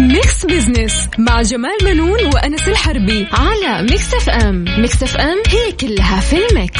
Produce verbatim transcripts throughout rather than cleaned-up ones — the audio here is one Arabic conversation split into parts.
ميكس بزنس مع جمال منون وأنس الحربي على ميكس اف ام. ميكس اف ام هي كلها في الميكس.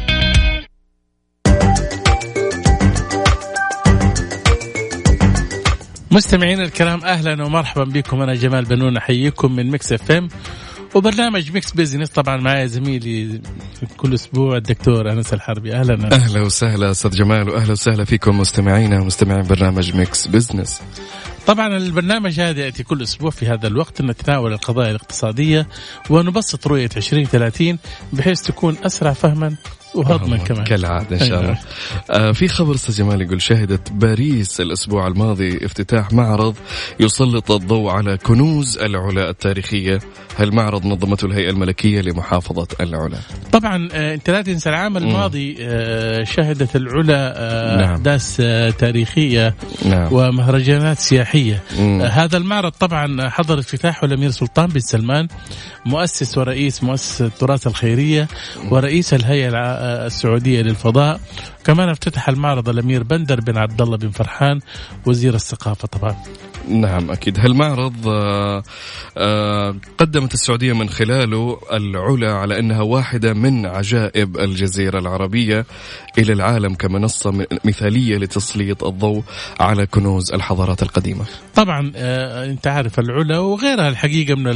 مستمعين الكرام، أهلا ومرحبا بكم. أنا جمال بنون أحييكم من ميكس اف ام وبرنامج ميكس بيزنس. طبعا معي زميلي كل أسبوع الدكتور أنس الحربي. أهلا أهلا وسهلا أستاذ جمال، وأهلا وسهلا فيكم مستمعينا مستمعين برنامج ميكس بيزنس. طبعا البرنامج هذا يأتي كل أسبوع في هذا الوقت، نتناول القضايا الاقتصادية ونبسط رؤية عشرين ثلاثين بحيث تكون أسرع فهما وهضما كمان كالعادة إن شاء الله. آه في خبر أستاذ جمال يقول: شهدت باريس الأسبوع الماضي افتتاح معرض يسلط الضوء على كنوز العلا التاريخية. هالمعرض نظمته الهيئة الملكية لمحافظة العلا. طبعا آه انت لا تنسى العام الماضي آه شهدت العلا آه نعم. أحداث آه تاريخية نعم. ومهرجانات سياحية. آه هذا المعرض طبعا حضر افتتاحه الأمير سلطان بن سلمان، مؤسس ورئيس مؤسسة التراث الخيرية ورئيس الهيئة السعودية للفضاء. كمان افتتح المعرض الأمير بندر بن عبد الله بن فرحان وزير الثقافة. طبعا نعم أكيد هالمعرض آآ آآ قدمت السعودية من خلاله العلا على أنها واحدة من عجائب الجزيرة العربية إلى العالم كمنصة مثالية لتسليط الضوء على كنوز الحضارات القديمة. طبعا أنت عارف العلا وغيرها الحقيقة من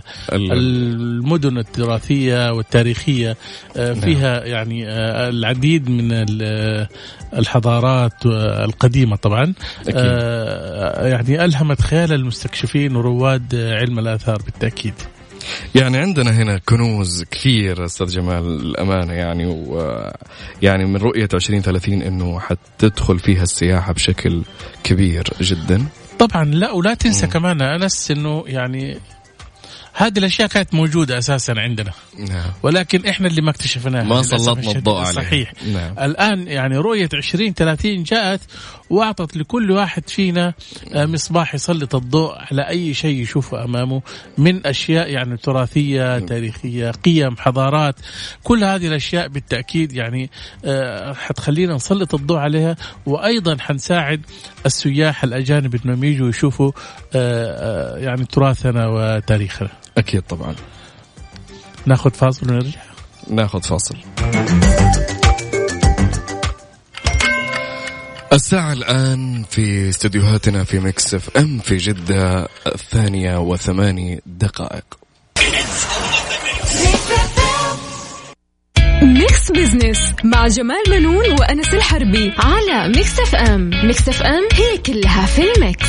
المدن التراثية والتاريخية فيها نعم. يعني العديد من الحضارات القديمة. طبعا أكيد. يعني ألهمت خيال المستكشفين ورواد علم الآثار بالتأكيد. يعني عندنا هنا كنوز كثير أستاذ جمال الأمانة، يعني ويعني من رؤية عشرين ثلاثين إنه حتدخل فيها السياحة بشكل كبير جدا. طبعا لا ولا تنسى م. كمان أنس إنه يعني هذه الأشياء كانت موجودة أساسا عندنا نعم. ولكن إحنا اللي ما اكتشفناها، ما سلطنا الضوء عليها. صحيح نعم. الآن يعني رؤية عشرين ثلاثين جاءت وأعطت لكل واحد فينا مصباح يسلط الضوء على أي شيء يشوفه أمامه من أشياء يعني تراثية تاريخية قيم حضارات. كل هذه الأشياء بالتأكيد يعني حتخلينا نسلط الضوء عليها، وأيضا حنساعد السياح الأجانب إنهم يجوا يشوفوا يعني تراثنا وتاريخنا. أكيد طبعا. ناخذ فاصل ونرجع. ناخذ فاصل. الساعة الآن في استديوهاتنا في ميكس اف ام في جدة الثانية وثماني دقائق. ميكس بزنس مع جمال منون وأنس الحربي على ميكس اف ام. ميكس اف ام هي كلها في الميكس.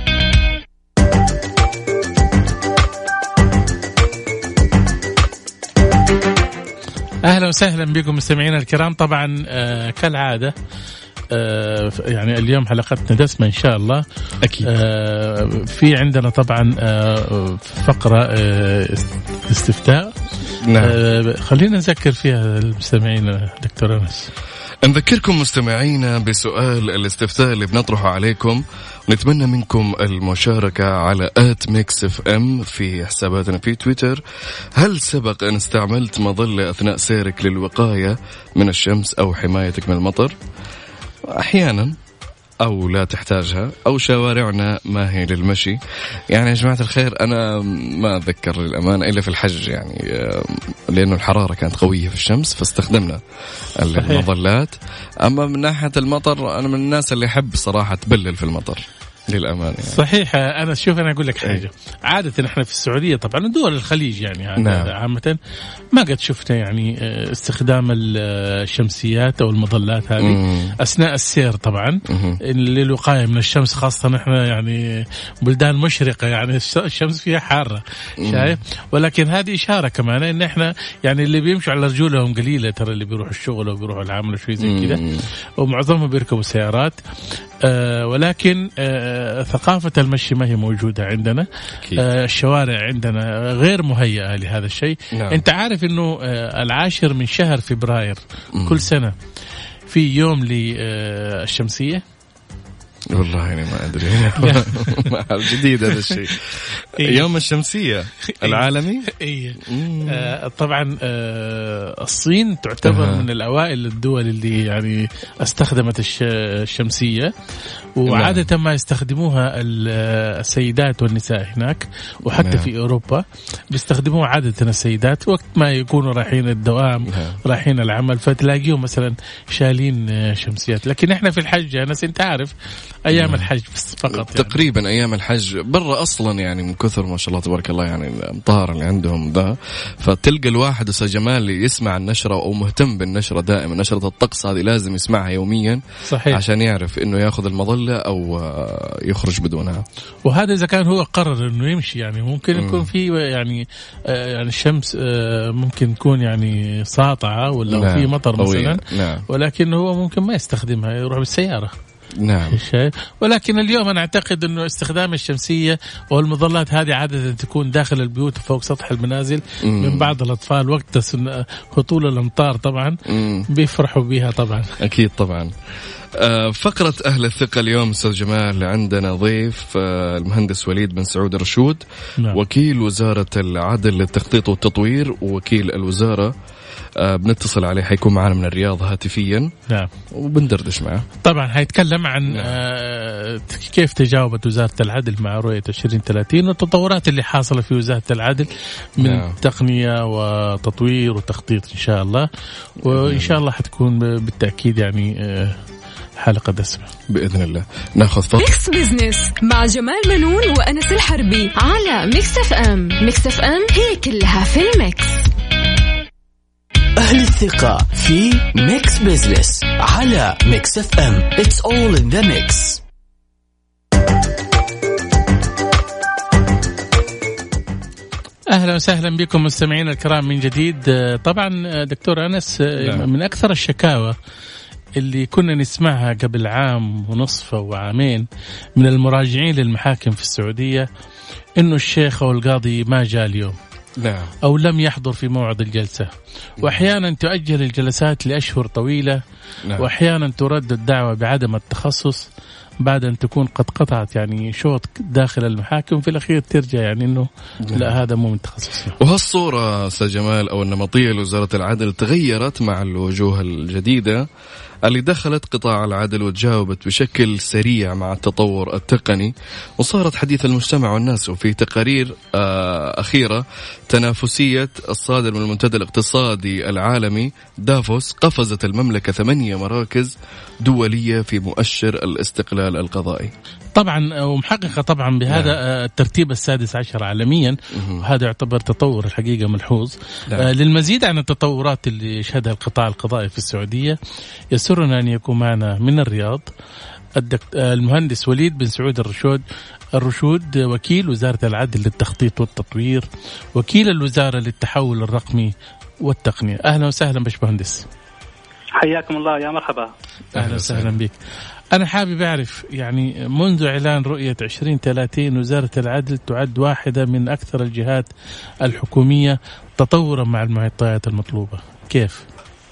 أهلا وسهلا بكم مستمعينا الكرام. طبعا آه كالعادة آه يعني اليوم حلقتنا دسمة إن شاء الله أكيد. آه في عندنا طبعا آه فقرة آه استفتاء نعم. آه خلينا نذكر فيها المستمعين دكتور أنس. نذكركم مستمعينا بسؤال الاستفتاء اللي بنطرحه عليكم، ونتمنى منكم المشاركة على آت ميكس اف ام في حساباتنا في تويتر. هل سبق أن استعملت مظلة أثناء سيرك للوقاية من الشمس أو حمايتك من المطر؟ أحيانا أو لا تحتاجها، أو شوارعنا ما هي للمشي. يعني يا جماعة الخير أنا ما أتذكر للأمانة إلا في الحج، يعني لأنه الحرارة كانت قوية في الشمس فاستخدمنا المظلات. أما من ناحية المطر أنا من الناس اللي يحب صراحة تبلل في المطر للأمانة يعني. صحيح. أنا شوف أنا أقول لك حاجة، عادة نحن في السعودية طبعا دول الخليج يعني نعم. عامة ما قد شفنا يعني استخدام الشمسيات أو المظلات هذه مم. أثناء السير طبعا مم. للوقاية من الشمس، خاصة نحن يعني بلدان مشرقة يعني الشمس فيها حارة شايف. ولكن هذه إشارة كمان إن إحنا يعني اللي بيمشوا على رجولهم قليلة، ترى اللي بيروحوا الشغل وبيروحوا العمل وشوي زي كذا، ومعظمهم بيركبوا سيارات. آه ولكن آه ثقافة المشي ما هي موجودة عندنا. آه الشوارع عندنا غير مهيئة لهذا الشيء. نعم. انت عارف انه آه العاشر من شهر فبراير مم. كل سنة في يوم للشمسية. والله أنا ما أدري جديد هذا الشيء. يوم الشمسية العالمي. إيه. آه طبعا آه الصين تعتبر أه. من الأوائل الدول اللي يعني استخدمت الشمسية، وعادة ما يستخدموها السيدات والنساء هناك، وحتى نعم. في أوروبا بيستخدموها عادة السيدات وقت ما يكونوا رايحين الدوام نعم. رايحين العمل، فتلاقيهم مثلا شالين شمسيات. لكن احنا في الحج أنا أنت عارف أيام نعم. الحج بس فقط يعني. تقريبا أيام الحج برا أصلا يعني من كثر ما شاء الله تبارك الله يعني الأمطار اللي عندهم ده، فتلقى الواحد أستاذ جمال يسمع النشرة أو مهتم بالنشرة دائما، نشرة الطقس هذه لازم يسمعها يوميا صحيح. عشان يعرف إنه يأخذ المظلة أو يخرج بدونها. وهذا إذا كان هو قرر إنه يمشي، يعني ممكن يكون في يعني يعني الشمس ممكن يكون يعني ساطعة ولا نعم. في مطر مثلا نعم. ولكن هو ممكن ما يستخدمها، يروح بالسيارة نعم. ولكن اليوم أنا أعتقد أنه استخدام الشمسية والمظلات هذه عادة تكون داخل البيوت فوق سطح المنازل مم. من بعض الأطفال وقت هطول الأمطار طبعا مم. بيفرحوا بها طبعا. أكيد طبعا. فقرة أهل الثقة اليوم أستاذ جمال عندنا ضيف المهندس وليد بن سعود الرشود نعم. وكيل وزارة العدل للتخطيط والتطوير ووكيل الوزارة. بنتصل عليه، حيكون معنا من الرياض هاتفيا نعم. وبندردش معه. طبعا هيتكلم عن نعم. آه كيف تجاوبت وزارة العدل مع رؤية عشرين ثلاثين والتطورات اللي حاصلة في وزارة العدل من نعم. تقنية وتطوير وتخطيط إن شاء الله، وإن شاء الله حتكون بالتأكيد يعني آه حلقة دسمة بإذن الله. ناخذ فقط ميكس بزنس مع جمال منون وأنس الحربي على ميكس اف ام. ميكس اف ام هي كلها في الميكس. أهل الثقة في ميكس بزنس على ميكس اف ام. It's all in the mix. أهلا وسهلا بكم مستمعينا الكرام من جديد. طبعا دكتور أنس لا. من أكثر الشكاوى اللي كنا نسمعها قبل عام ونصف أو عامين من المراجعين للمحاكم في السعودية إنه الشيخ أو القاضي ما جاء اليوم نعم. أو لم يحضر في موعد الجلسة، وأحيانا تؤجل الجلسات لأشهر طويلة نعم. وأحيانا ترد الدعوة بعدم التخصص بعد أن تكون قد قطعت يعني شوط داخل المحاكم، في الأخير ترجع يعني أنه نعم. لا هذا مو من تخصصنا. وهالصورة أستاذ جمال أو النمطية لوزارة العدل تغيرت مع الوجوه الجديدة اللي دخلت قطاع العدل وتجاوبت بشكل سريع مع التطور التقني وصارت حديث المجتمع والناس. وفي تقارير أخيرة تنافسية الصادر من المنتدى الاقتصادي العالمي دافوس قفزت المملكة ثمانية مراكز دولية في مؤشر الاستقلال القضائي. طبعا ومحققة طبعا بهذا نعم. الترتيب السادس عشر عالميا، وهذا يعتبر تطور الحقيقة ملحوظ. نعم. للمزيد عن التطورات اللي يشهدها القطاع القضائي في السعودية يسرنا أن يكون معنا من الرياض المهندس وليد بن سعود الرشود الرشود وكيل وزارة العدل للتخطيط والتطوير وكيل الوزارة للتحول الرقمي والتقنية. أهلا وسهلا باشمهندس. حياكم الله. يا مرحبا. أهلا وسهلا بك. أنا حابب أعرف يعني منذ إعلان رؤية عشرين ثلاثين وزارة العدل تعد واحدة من أكثر الجهات الحكومية تطورا مع المعطيات المطلوبة، كيف؟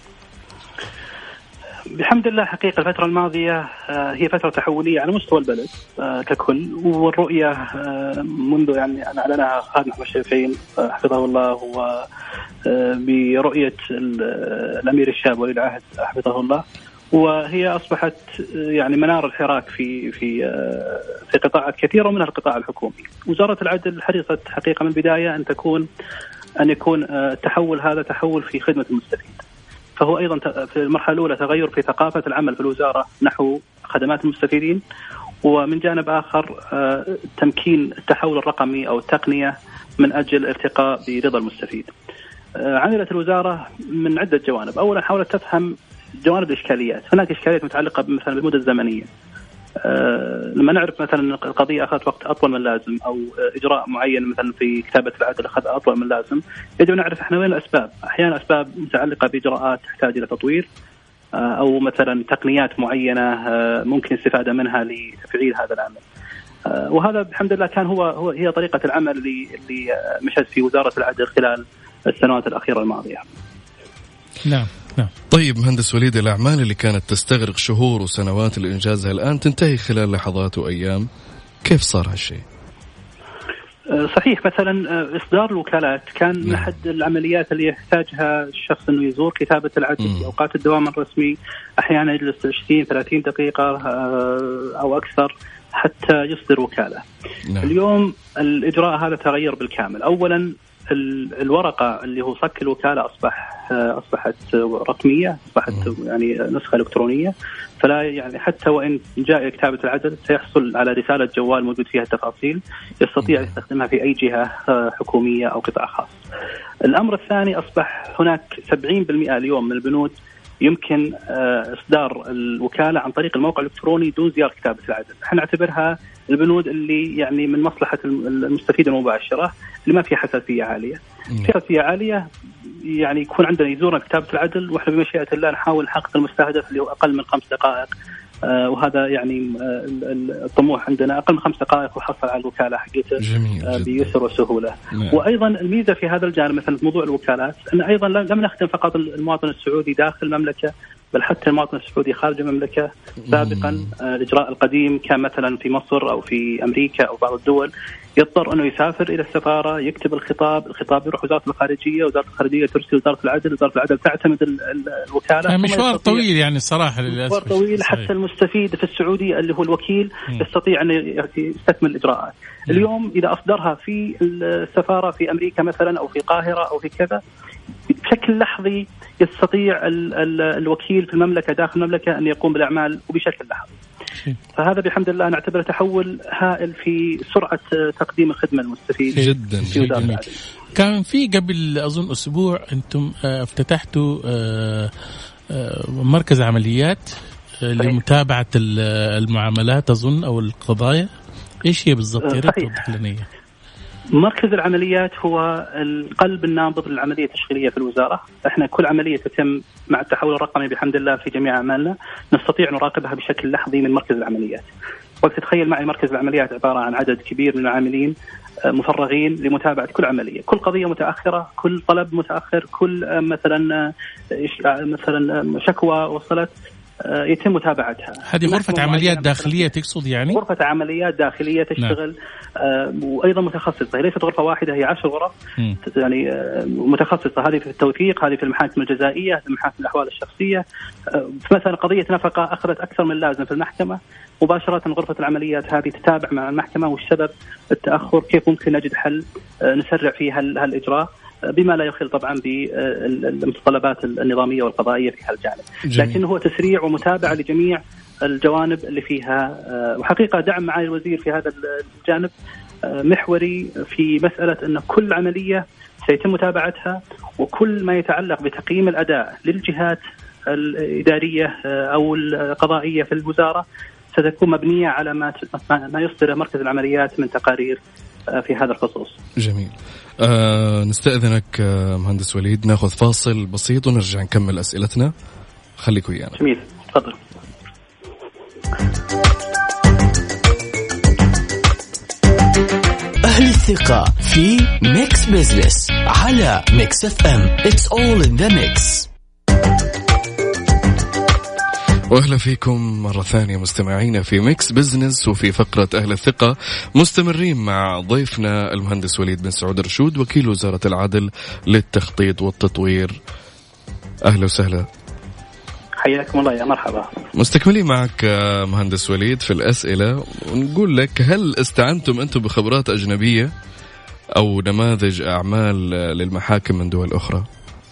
بحمد الله حقيقة الفترة الماضية هي فترة تحولية على مستوى البلد ككل، والرؤية منذ يعني أن أعلنها خادم أحمد الشريفين حفظه الله هو برؤية الأمير الشاب ولي العهد حفظه الله، وهي أصبحت يعني منار الحراك في في في قطاعات كثيرة ومنها القطاع الحكومي. وزارة العدل حرصت حقيقة من البداية أن تكون أن يكون التحول هذا تحول في خدمة المستفيد، فهو أيضا في المرحلة الأولى تغير في ثقافة العمل في الوزارة نحو خدمات المستفيدين، ومن جانب آخر تمكين التحول الرقمي أو التقنية من أجل ارتقاء برضا المستفيد. عملت الوزارة من عدة جوانب. أولا حاولت تفهم جوانب الإشكاليات. هناك إشكاليات متعلقة مثلا بالمدة الزمنية. أه لما نعرف مثلا القضية أخذت وقت أطول من اللازم أو إجراء معين مثلا في كتابة العدل أخذ أطول من اللازم، يجب نعرف إحنا وين الأسباب. أحيانا أسباب متعلقة بإجراءات تحتاج إلى تطوير أه أو مثلا تقنيات معينة أه ممكن الاستفادة منها لتفعيل هذا العمل. أه وهذا بحمد الله كان هو, هو هي طريقة العمل اللي اللي مشت في وزارة العدل خلال السنوات الأخيرة الماضية. نعم نعم. طيب مهندس وليد، الأعمال اللي كانت تستغرق شهور وسنوات لإنجازها الآن تنتهي خلال لحظات وأيام، كيف صار هالشيء؟ صحيح. مثلا إصدار الوكالات كان من أحد العمليات اللي يحتاجها الشخص أنه يزور كتابة العدل في أوقات الدوام الرسمي، أحيانا يجلس عشرين ثلاثين دقيقة أو أكثر حتى يصدر وكالة. نعم. اليوم الإجراء هذا تغير بالكامل. أولا الورقة اللي هو صك الوكالة أصبح أصبحت رقمية، أصبحت يعني نسخة إلكترونية، فلا يعني حتى وإن جاء كتابة العدل سيحصل على رسالة جوال موجود فيها التفاصيل، يستطيع يستخدمها في أي جهة حكومية أو قطاع خاص. الأمر الثاني، أصبح هناك سبعين بالمئة اليوم من البنود يمكن إصدار الوكالة عن طريق الموقع الإلكتروني دون زيارة كتابة العدل. احنا نعتبرها البنود اللي يعني من مصلحة المستفيد المباشرة اللي ما فيها حساسية عالية. فيها حساسية عالية يعني يكون عندنا يزورنا كتابة العدل، وإحنا بمشيئة الله نحاول نحقق المستهدف اللي هو أقل من خمس دقائق. آه وهذا يعني آه الطموح عندنا أقل من خمس دقائق وحصل على الوكالة حقته آه بيسر وسهولة. نعم. وأيضا الميزة في هذا الجانب مثلا في موضوع الوكالات أن أيضا لم نخدم فقط المواطن السعودي داخل المملكة، بل حتى المواطن السعودي خارج المملكة. سابقا آه الإجراء القديم كان مثلا في مصر أو في أمريكا أو بعض الدول يضطر أنه يسافر إلى السفارة، يكتب الخطاب، الخطاب يروح وزارة الخارجية، وزارة الخارجية ترسل وزارة العدل، وزارة العدل تعتمد الوكالة. مشوار طويل يعني الصراحة للأسف. مشوار طويل. حتى المستفيد في السعودية اللي هو الوكيل م. يستطيع أن يستكمل الإجراءات. م. اليوم إذا أصدرها في السفارة في أمريكا مثلا أو في القاهرة أو في كذا، بشكل لحظي يستطيع ال ال الوكيل في المملكة داخل المملكة أن يقوم بالأعمال وبشكل لحظي. فهذا بحمد الله نعتبره تحول هائل في سرعة تقديم الخدمة للمستفيد. جدا جميل. كان في قبل أظن أسبوع أنتم افتتحتوا مركز عمليات لمتابعة المعاملات أظن أو القضايا. إيش هي بالضبط؟ يا ريت توضح لنا. مركز العمليات هو القلب النابض للعملية التشغيلية في الوزارة. احنا كل عملية تتم مع التحول الرقمي بحمد الله في جميع أعمالنا نستطيع نراقبها بشكل لحظي من مركز العمليات. وقت تتخيل معي مركز العمليات عبارة عن عدد كبير من العاملين مفرغين لمتابعة كل عملية، كل قضية متأخرة، كل طلب متأخر، كل مثلا مثلا شكوى وصلت يتم متابعتها. هذه غرفة عمليات داخلية تقصد يعني؟ غرفة عمليات داخلية تشتغل. نعم. وأيضا متخصصة، هي ليست غرفة واحدة، هي عشر غرف م. يعني متخصصة. هذه في التوثيق، هذه في المحاكم الجزائية، في محاكم الأحوال الشخصية. مثلا قضية نفقة أخذت أكثر من لازم في المحكمة، مباشرة غرفة العمليات هذه تتابع مع المحكمة والسبب التأخر، كيف ممكن نجد حل نسرع فيه هالإجراء بما لا يخل طبعا بالمتطلبات النظامية والقضائية في هالجانب. لكن هو تسريع ومتابعة لجميع الجوانب اللي فيها. وحقيقة دعم معالي الوزير في هذا الجانب محوري في مسألة أن كل عملية سيتم متابعتها، وكل ما يتعلق بتقييم الأداء للجهات الإدارية أو القضائية في الوزارة ستكون مبنية على ما ما يصدر مركز العمليات من تقارير في هذا الخصوص. جميل. آه نستأذنك آه مهندس وليد، ناخذ فاصل بسيط ونرجع نكمل أسئلتنا. خليك ويانا. جميل، تفضل. أهل الثقة في ميكس بيزنس على ميكس اف ام. It's all in the mix. وأهلا فيكم مرة ثانية مستمعينا في ميكس بزنس، وفي فقرة أهل الثقة مستمرين مع ضيفنا المهندس وليد بن سعود رشود، وكيل وزارة العدل للتخطيط والتطوير. أهلا وسهلا. حياكم الله، يا مرحبا. مستكملين معك مهندس وليد في الأسئلة، ونقول لك هل استعنتم أنتم بخبرات أجنبية أو نماذج أعمال للمحاكم من دول أخرى؟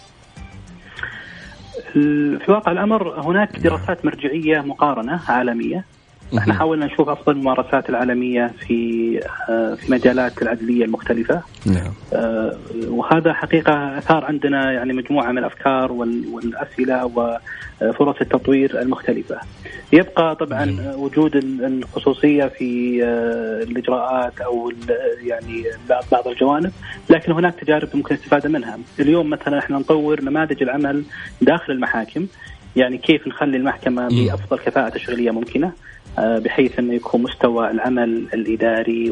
في واقع الأمر هناك دراسات مرجعية مقارنة عالمية. احنا حاولنا نشوف أفضل الممارسات العالمية في في مجالات العدلية المختلفة. نعم. وهذا حقيقة أثار عندنا يعني مجموعة من الأفكار والأسئلة وفرص التطوير المختلفة. يبقى طبعا جميل. وجود الخصوصية في الإجراءات أو يعني بعض الجوانب، لكن هناك تجارب ممكن الاستفادة منها. اليوم مثلا احنا نطور نماذج العمل داخل المحاكم، يعني كيف نخلي المحكمة بأفضل كفاءة تشغيلية ممكنة، بحيث أنه يكون مستوى العمل الإداري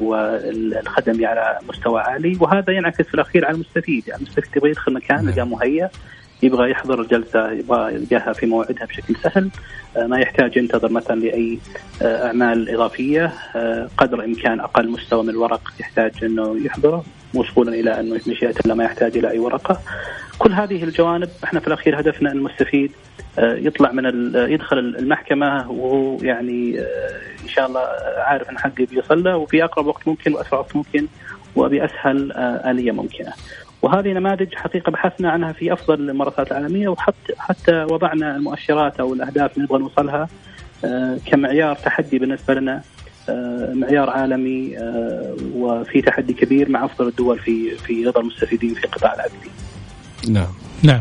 والخدمي على مستوى عالي، وهذا ينعكس في الأخير على المستفيد. يعني المستفيد يبغى يدخل مكان لقى مهيأ يبغى يحضر الجلسة يبغى يلقاها في موعدها بشكل سهل، ما يحتاج ينتظر مثلا لأي أعمال إضافية، قدر إمكان أقل مستوى من الورق يحتاج أنه يحضره، وصولا إلى أنه مشيئة الله ما يحتاج إلى أي ورقة. كل هذه الجوانب احنا في الأخير هدفنا أن المستفيد يطلع من يدخل المحكمة وهو يعني إن شاء الله عارف أن حقه بيصل له وفي أقرب وقت ممكن وأسرع وقت ممكن وبأسهل آلية ممكنة. وهذه نماذج حقيقة بحثنا عنها في أفضل الممارسات العالمية، وحتى حتى وضعنا المؤشرات أو الأهداف اللي نبغى نوصلها كمعيار تحدي بالنسبة لنا، معيار عالمي وفي تحدي كبير مع أفضل الدول في في رضا المستفيدين في القطاع العقدي. نعم نعم.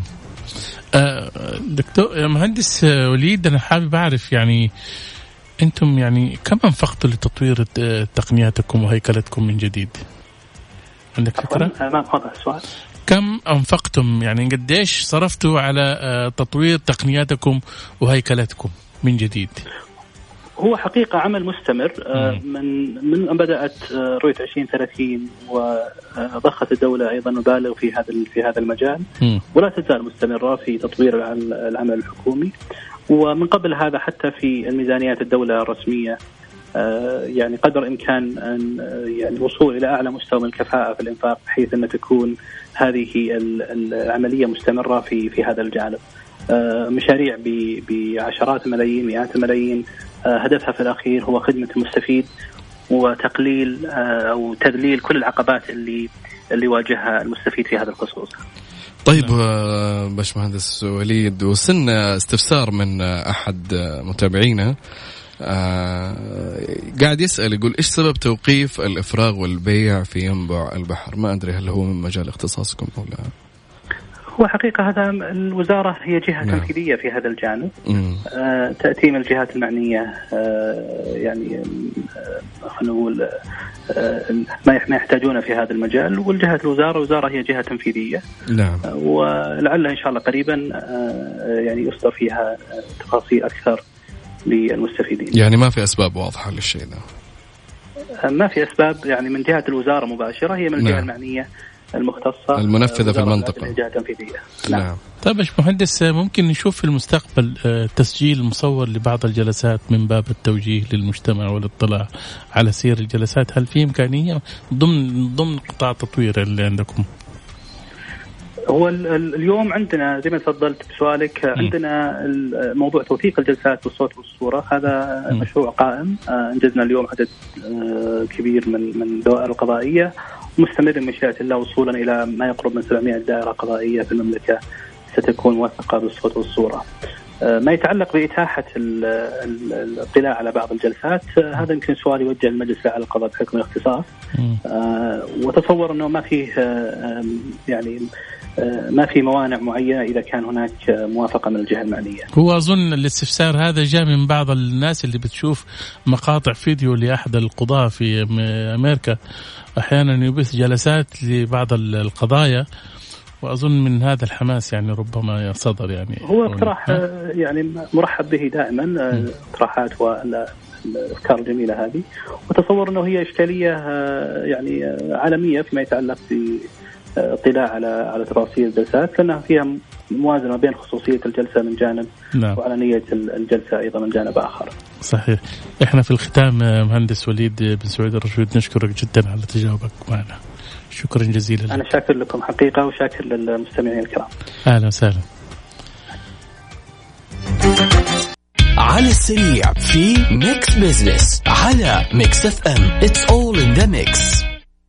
دكتور مهندس وليد، أنا حابب أعرف يعني أنتم يعني كم أنفقتوا لتطوير تقنياتكم وهيكلتكم من جديد؟ عندك فكرة؟ ما واضح السؤال. كم أنفقتم يعني قديش صرفتوا على تطوير تقنياتكم وهيكلتكم من جديد؟ هو حقيقة عمل مستمر من من أن بدأت رؤية عشرين ثلاثين وضخت الدولة أيضا مبالغ في هذا في هذا المجال، ولا تزال مستمرة في تطوير العمل الحكومي. ومن قبل هذا حتى في الميزانيات الدولة الرسمية يعني قدر إمكان أن يعني الوصول إلى أعلى مستوى من الكفاءة في الإنفاق، بحيث أن تكون هذه العملية مستمرة في في هذا الجانب. مشاريع بعشرات الملايين مئات الملايين، هدفها في الأخير هو خدمة المستفيد وتقليل أو تذليل كل العقبات اللي اللي واجهها المستفيد في هذا الخصوص. طيب باشمهندس وليد، وصلنا استفسار من أحد متابعينا آه قاعد يسأل يقول إيش سبب توقيف الإفراغ والبيع في ينبع البحر؟ ما أدري هل هو من مجال اختصاصكم أو لا. هو حقيقة هذا الوزارة هي جهة نعم. تنفيذية في هذا الجانب، آه تأتي من الجهات المعنية، آه يعني آه خلينا نقول آه ما يحتاجون في هذا المجال، والجهة الوزارة وزارة هي جهة تنفيذية نعم. آه ولعل إن شاء الله قريبا آه يعني يصدر فيها تفاصيل أكثر للمستفيدين. يعني ما في أسباب واضحة للشيء ده؟ ما في أسباب يعني من جهة الوزارة مباشرة، هي من الجهة نعم. المعنية المختصة المنفذة في المنطقة. الجهة التنفيذية. نعم. نعم. طيب باش مهندس، ممكن نشوف في المستقبل تسجيل مصور لبعض الجلسات من باب التوجيه للمجتمع والاطلاع على سير الجلسات؟ هل في إمكانية ضمن ضمن قطاع التطوير اللي عندكم؟ هو اليوم عندنا زي ما تفضلت بسؤالك، عندنا موضوع توثيق الجلسات بالصوت والصورة، هذا م. مشروع قائم. انجزنا اليوم عدد كبير من من الدوائر القضائية، مستمر من مشيئة الله وصولا إلى ما يقرب من سبعمائة دائرة قضائية في المملكة ستكون موثقة بالصوت والصورة. ما يتعلق بإتاحة الاطلاع على بعض الجلسات، هذا يمكن سؤال يوجه للمجلس الأعلى للقضاء بحكم الاختصاص، وتصور أنه ما فيه يعني ما في موانع معينة إذا كان هناك موافقة من الجهة المعنية. هو أظن الاستفسار هذا جاء من بعض الناس اللي بتشوف مقاطع فيديو لأحد القضاة في أمريكا أحيانا يبث جلسات لبعض القضايا، وأظن من هذا الحماس يعني ربما صدر يعني هو اقتراح يعني مرحب به دائما، اقتراحات والأفكار الجميلة هذه، وتصور أنه هي إشكالية يعني عالمية فيما يتعلق ب اطلاع على على تفاصيل الجلسات، لأنها فيها موازنة بين خصوصية الجلسة من جانب نعم. وعلنية الجلسة أيضا من جانب آخر. صحيح. إحنا في الختام مهندس وليد بن سعود الرشيد نشكرك جدا على تجاوبك معنا، شكرا جزيلا. أنا شاكر لكم حقيقة وشاكر للمستمعين الكرام. أهلا وسهلا. على السريع في ميكس بيزنس على ميكس اف ام. It's all in the mix.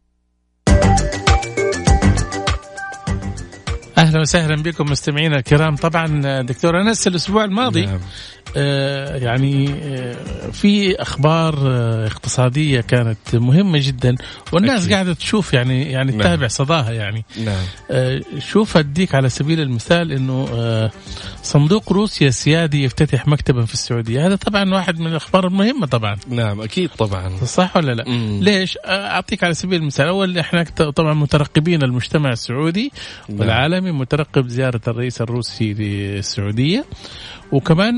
أهلا وسهلا بكم مستمعينا الكرام. طبعا دكتور أنس الأسبوع الماضي نعم. آه يعني آه في أخبار آه اقتصادية كانت مهمة جدا، والناس أكيد. قاعدة تشوف يعني يعني نعم. تتابع صداها يعني نعم. آه شوف أديك على سبيل المثال إنه آه صندوق روسيا السيادي يفتتح مكتبا في السعودية. هذا طبعا واحد من الأخبار المهمة طبعا. نعم أكيد طبعا. صح ولا لا؟ مم. ليش؟ أعطيك على سبيل المثال، أول إحنا طبعا مترقبين المجتمع السعودي نعم. والعالمي مترقب زيارة الرئيس الروسي للسعودية، وكمان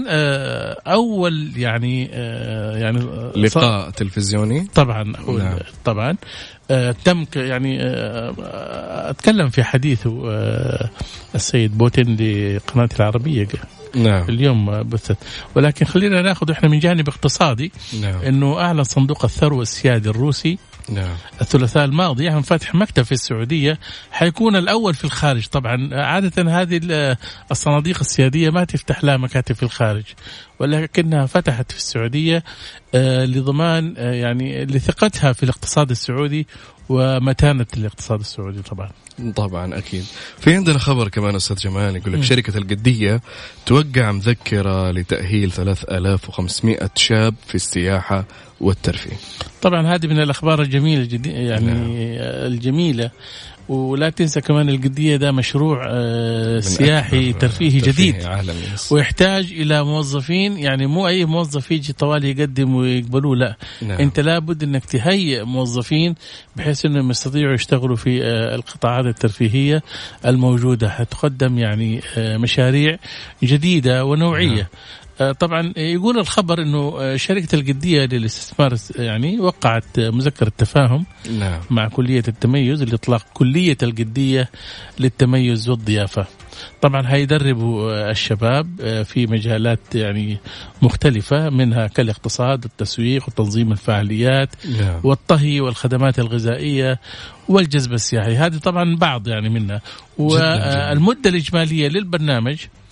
أول يعني يعني لقاء تلفزيوني طبعا. نعم. طبعا تم يعني أتكلم في حديثه السيد بوتين لقناة العربية. نعم. اليوم بثت، ولكن خلينا ناخذ احنا من جانب اقتصادي. نعم. انه اعلن صندوق الثروة السيادي الروسي نعم. الثلاثاء الماضي يعني فتح مكتب في السعودية، حيكون الأول في الخارج. طبعا عادة هذه الصناديق السيادية ما تفتح لها مكاتب في الخارج، ولكنها فتحت في السعودية لضمان يعني لثقتها في الاقتصاد السعودي ومتانة الاقتصاد السعودي. طبعا طبعا أكيد. في عندنا خبر كمان أستاذ جمال يقول لك شركة القدية توقع مذكرة لتأهيل ثلاثة آلاف وخمسمائة شاب في السياحة والترفيه. طبعا هذه من الأخبار الجميلة جدي يعني نعم. الجميلة. ولا تنسى كمان القدية ده مشروع سياحي ترفيهي جديد عالمي، ويحتاج إلى موظفين. يعني مو أي موظف يجي طوال يقدم ويقبلوه، لا نعم. أنت لابد أنك تهيئ موظفين بحيث أنهم يستطيعوا يشتغلوا في القطاعات الترفيهية الموجودة. هتقدم يعني مشاريع جديدة ونوعية نعم. طبعا يقول الخبر انه شركة القدية للاستثمار يعني وقعت مذكرة تفاهم نعم. مع كلية التميز لإطلاق كلية القدية للتميز والضيافة. طبعا هيدربوا الشباب في مجالات يعني مختلفة، منها كالاقتصاد والتسويق وتنظيم الفعاليات نعم. والطهي والخدمات الغذائية والجذب السياحي. هذه طبعا بعض يعني منها. والمدة الإجمالية للبرنامج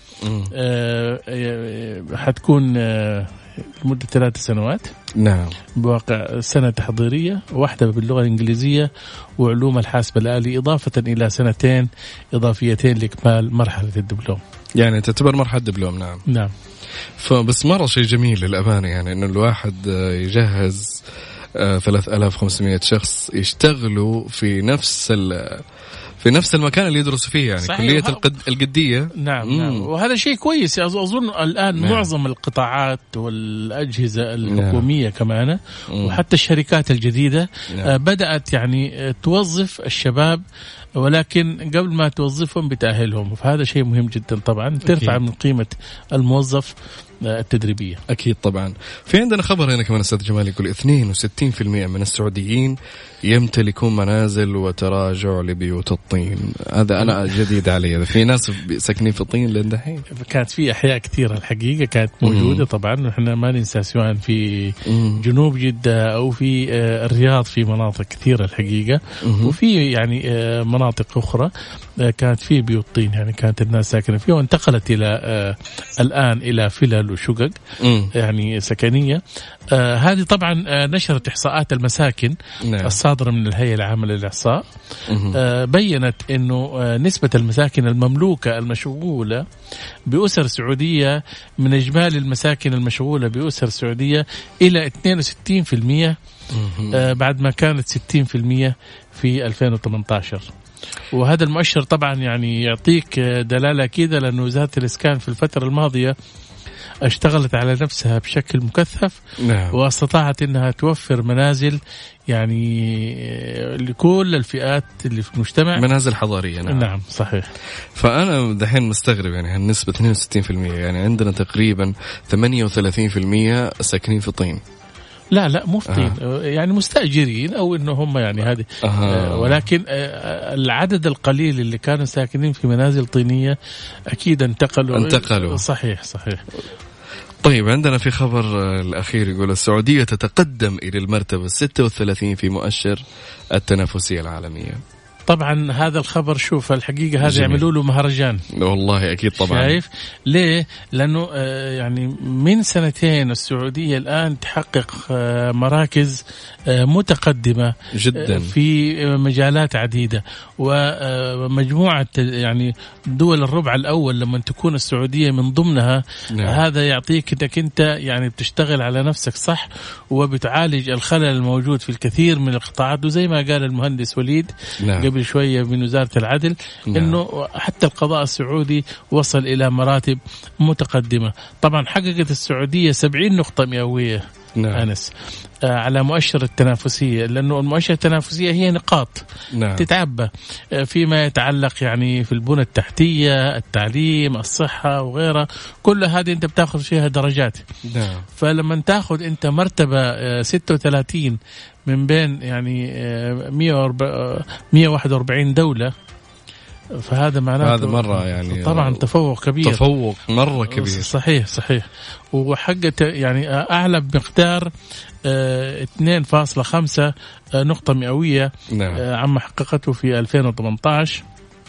آه حتكون آه لمدة ثلاث سنوات نعم. بواقع سنة تحضيرية واحدة باللغة الإنجليزية وعلوم الحاسب الآلي، إضافة إلى سنتين إضافيتين لإكمال مرحلة الدبلوم. يعني تعتبر مرحلة دبلوم. نعم نعم. فبس مرة شيء جميل للأمانة، يعني إنه الواحد يجهز ثلاثة آلاف وخمسمائة شخص يشتغلوا في نفس ال في نفس المكان اللي يدرسوا فيه، يعني صحيح. كلية القد... القدية نعم, نعم وهذا شيء كويس. أظن الآن نعم. معظم القطاعات والأجهزة الحكومية نعم. كمان مم. وحتى الشركات الجديدة نعم. بدأت يعني توظف الشباب، ولكن قبل ما توظفهم بتأهلهم، فهذا شيء مهم جدا. طبعا ترفع أكيد. من قيمة الموظف التدريبية. أكيد طبعا. في عندنا خبر هنا كمان أستاذ جمال يقول اثنين وستين بالمئة من السعوديين يمتلكون منازل وتراجع لبيوت الطين. هذا أنا جديد علي، في ناس ساكنين في الطين للدحين. كانت في أحياء كثيرة الحقيقة كانت موجودة. طبعا إحنا ما ننسى سواء في جنوب جدة أو في الرياض في مناطق كثيرة الحقيقة، وفي يعني مناطق أخرى كانت في بيوت طين يعني كانت الناس ساكنة فيها، وانتقلت إلى الآن إلى فلل وشقق يعني سكنية. آه هذه طبعا آه نشرت إحصاءات المساكن نعم. الصادرة من الهيئة العامة للإحصاء آه بيّنت أنه آه نسبة المساكن المملوكة المشغولة بأسر سعودية من إجمالي المساكن المشغولة بأسر سعودية إلى اثنين وستين بالمئة آه بعد ما كانت ستين بالمئة في ألفين وثمانية عشر. وهذا المؤشر طبعا يعني يعطيك دلالة كده، لأنه وزارة الإسكان في الفترة الماضية اشتغلت على نفسها بشكل مكثف نعم. واستطاعت انها توفر منازل يعني لكل الفئات اللي في المجتمع، منازل حضارية. نعم. نعم صحيح. فأنا دحين مستغرب يعني هالنسبة اثنين وستين بالمئة، يعني عندنا تقريبا ثمانية وثلاثين بالمئة ساكنين في طين. لا لا مو في طين آه. يعني مستأجرين أو إنه هم يعني هذه آه. آه ولكن آه العدد القليل اللي كانوا ساكنين في منازل طينية أكيد انتقلوا انتقلوا صحيح صحيح. طيب عندنا في خبر الأخير يقول السعودية تتقدم إلى المرتبة الستة والثلاثين في مؤشر التنافسية العالمية. طبعا هذا الخبر شوف الحقيقة هذا يعملوا له مهرجان والله أكيد طبعا. شايف ليه؟ لأنه يعني من سنتين السعودية الآن تحقق مراكز متقدمة جدا في مجالات عديدة، ومجموعة يعني دول الربع الأول لما تكون السعودية من ضمنها نعم. هذا يعطيك انك انت يعني بتشتغل على نفسك صح، وبتعالج الخلل الموجود في الكثير من القطاعات. وزي ما قال المهندس وليد نعم. قبل شوية من وزارة العدل نعم. انه حتى القضاء السعودي وصل الى مراتب متقدمة. طبعا حققت السعودية سبعين نقطة مئوية نعم. أنس آه على مؤشر التنافسية، لأنه المؤشر التنافسية هي نقاط نعم. تتعبى آه فيما يتعلق يعني في البنى التحتية، التعليم، الصحة وغيرها، كل هذه أنت بتاخذ فيها درجات نعم. فلما تاخذ أنت مرتبة آه ستة وثلاثين من بين يعني آه مئة وواحد وأربعين دولة، فهذا معناته هذا مرة يعني طبعا تفوق كبير، تفوق مرة كبير. صحيح صحيح. وحقت يعني أعلى بمقدار اثنين فاصلة خمسة نقطة مئوية نعم. عما حققته في ألفين وثمانية عشر.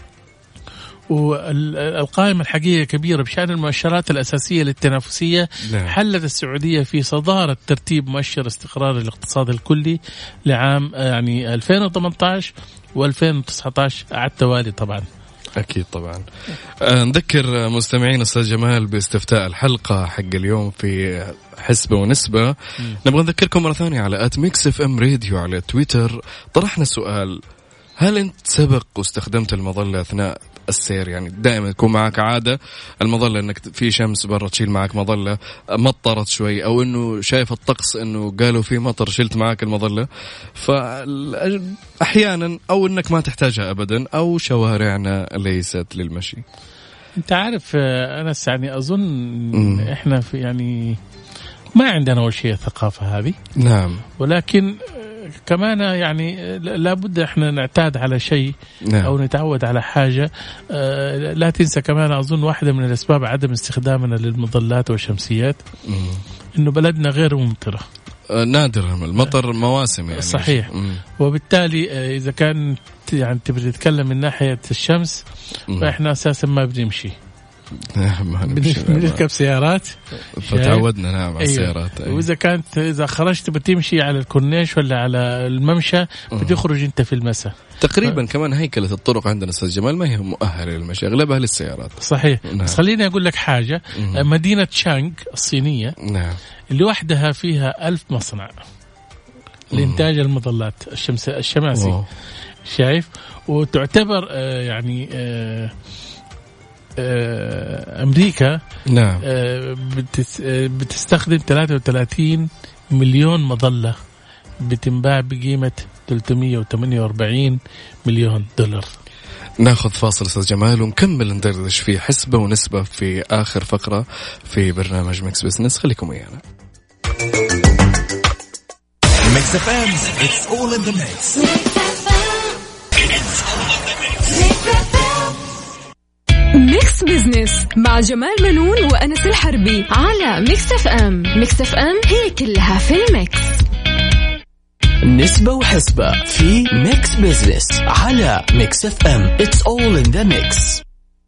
والقائمة الحقيقية كبيرة بشأن المؤشرات الأساسية للتنافسية نعم. حلت السعودية في صدارة ترتيب مؤشر استقرار الاقتصاد الكلي لعام يعني ألفين وثمانية عشر وألفين وتسعة عشر على التوالي طبعا. أكيد طبعا. أه نذكر مستمعين أستاذ جمال باستفتاء الحلقة حق اليوم في حسبة ونسبة. م. نبغى نذكركم مرة ثانية على آت ميكس اف ام راديو على تويتر. طرحنا سؤال: هل أنت سبق واستخدمت المظلة أثناء السير؟ يعني دائما تكون معك عادة المظلة انك في شمس برا تشيل معك مظلة، مطرت شوي او انه شايف الطقس انه قالوا في مطر شلت معك المظلة، فاحيانا او انك ما تحتاجها ابدا، او شوارعنا ليست للمشي. انت عارف أنس يعني اظن م. احنا في يعني ما عندنا اول شيء الثقافة هذه نعم، ولكن كمان يعني لابد احنا نعتاد على شيء نعم. او نتعود على حاجة. اه لا تنسى كمان اظن واحدة من الاسباب عدم استخدامنا للمظلات والشمسيات مم. انه بلدنا غير ممطرة، اه نادر المطر مواسم يعني. صحيح. مم. وبالتالي اه اذا كان يعني تبي تتكلم من ناحية الشمس مم. فاحنا اساسا ما بنمشي بنركب سيارات، فتعودنا نعم على السيارات. أيوة. وإذا كانت إذا خرجت بتمشي على الكورنيش ولا على الممشى بتخرج أنت في المساء تقريبا. ف... كمان هيكلة الطرق عندنا أستاذ جمال ما هي مؤهلة للمشي، أغلبها للسيارات. صحيح. نعم. بس خليني أقول لك حاجة. مم. مدينة شانغ الصينية نعم. اللي وحدها فيها ألف مصنع لإنتاج المظلات الشمس الشماسي واو. شايف، وتعتبر آه يعني آه أمريكا نعم. بتستخدم ثلاثة وثلاثين مليون مظلة بتنباع بقيمة ثلاثمئة وثمانية وأربعين مليون دولار. ناخذ فاصل أستاذ جمال ونكمل ندردش في حسبة ونسبة في آخر فقرة في برنامج ميكس بزنس. خليكم ويانا. ميكس اف ام it's all in the mix. ميكس بزنس مع جمال منون وأنس الحربي على ميكس اف ام. ميكس اف ام هي كلها في الميكس. نسبة وحسبة في ميكس بزنس على ميكس اف ام it's all in the mix.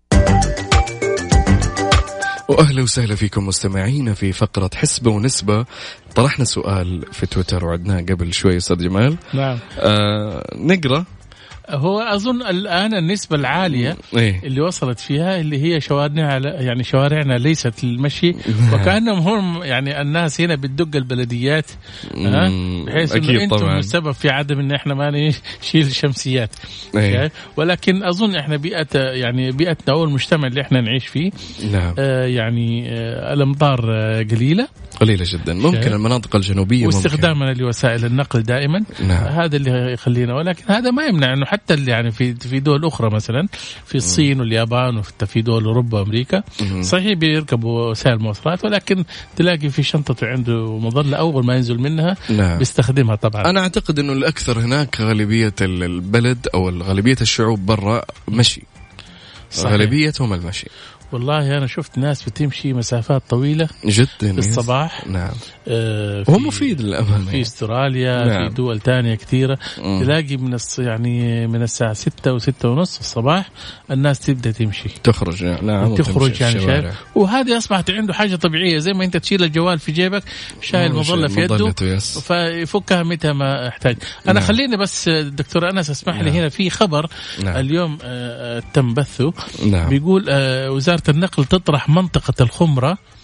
وأهلا وسهلا فيكم مستمعين في فقرة حسبة ونسبة. طرحنا سؤال في تويتر وعدناه قبل شوي أستاذ جمال. نعم. آه نقرأ. هو أظن الآن النسبة العالية إيه؟ اللي وصلت فيها اللي هي شوارعنا يعني شوارعنا ليست للمشي وكأنهم هم يعني الناس هنا بتدق البلديات بحيث إنه أنتم السبب في عدم إن إحنا ما نشيل شمسيات إيه؟ ولكن أظن إحنا بيئة يعني بيئتنا أو المجتمع اللي إحنا نعيش فيه نعم. آه يعني آه الأمطار آه قليلة قليلة جدا. ممكن المناطق الجنوبية واستخدامنا لوسائل النقل دائما نعم. هذا اللي يخلينا، ولكن هذا ما يمنع إنه حتى اللي يعني في في دول أخرى مثلا في الصين واليابان وفي دول أوروبا وأمريكا صحيح بيركبوا وسائل مواصلات، ولكن تلاقي في شنطته عنده مظلة أول ما ينزل منها نعم. بيستخدمها. طبعا أنا أعتقد إنه الأكثر هناك غالبية البلد أو غالبية الشعوب برا مشي صحيح. غالبيتهم المشي. والله أنا شفت ناس بتمشي مسافات طويلة جدا في الصباح نعم آه وهو مفيد للأمانة في استراليا نعم. في دول تانية كثيرة مم. تلاقي من الص... يعني من الساعة ستة وستة ونص الصباح الناس تبدأ تمشي تخرج نعم تخرج يعني شايف، وهذه أصبحت عنده حاجة طبيعية زي ما أنت تشيل الجوال في جيبك شايل مظلة في يده فيفكها متى ما احتاج. أنا نعم. خليني بس دكتور أنس اسمح نعم. لي هنا في خبر نعم. اليوم آه تم بثه نعم. بيقول آه وزارة النقل تطرح منطقة الخمرة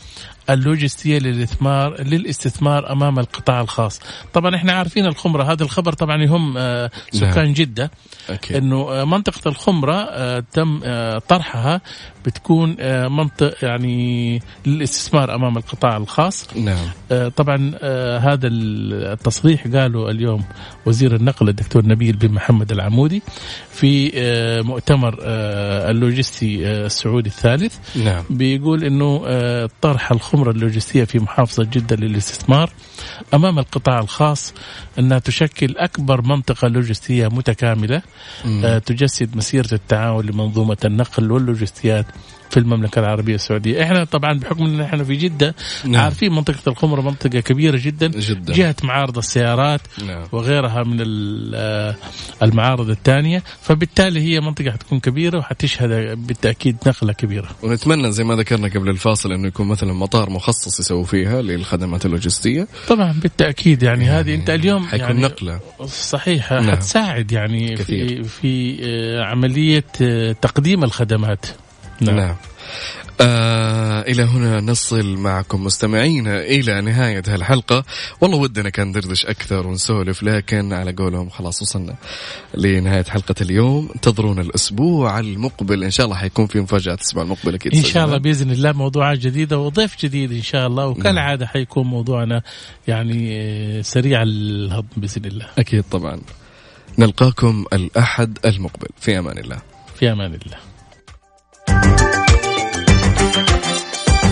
اللوجستية للاستثمار للاستثمار أمام القطاع الخاص. طبعا إحنا عارفين الخمرة، هذا الخبر طبعا يهم سكان جدة، إنه منطقة الخمرة تم طرحها بتكون منطقة يعني للاستثمار أمام القطاع الخاص. نعم. طبعا هذا التصريح قاله اليوم وزير النقل الدكتور نبيل بن محمد العمودي في مؤتمر اللوجستي السعودي الثالث. نعم. بيقول إنه طرح الخمرة اللوجستية في محافظة جدة للاستثمار أمام القطاع الخاص أنها تشكل أكبر منطقة لوجستية متكاملة م. تجسد مسيرة التعاون لمنظومة النقل واللوجستيات في المملكة العربية السعودية. احنا طبعا بحكم ان احنا في جدة نعم. عارفين منطقة الخمرة منطقة كبيرة جدا, جدا. جهة معارض السيارات نعم. وغيرها من المعارض الثانية, فبالتالي هي منطقة حتكون كبيرة وحتشهد بالتأكيد نقلة كبيرة. ونتمنى زي ما ذكرنا قبل الفاصل انه يكون مثلا مطار مخصص يسوي فيها للخدمات اللوجستية. طبعا بالتأكيد يعني, يعني هذه انت اليوم حيكون يعني نقلة صحيحة نعم. حتساعد يعني كثير. في, في عملية تقديم الخدمات. نعم, نعم. آه إلى هنا نصل معكم مستمعينا إلى نهاية هالحلقة. والله ودنا كان ندردش أكثر ونسولف, لكن على قولهم خلاص وصلنا لنهاية حلقة اليوم. انتظرونا الأسبوع المقبل إن شاء الله, حيكون في مفاجأة الأسبوع المقبل أكيد إن شاء الله بإذن الله, موضوعات جديدة وضيف جديد إن شاء الله, وكالعادة حيكون موضوعنا يعني سريع الهضم بإذن الله. أكيد طبعا. نلقاكم الأحد المقبل, في أمان الله. في أمان الله.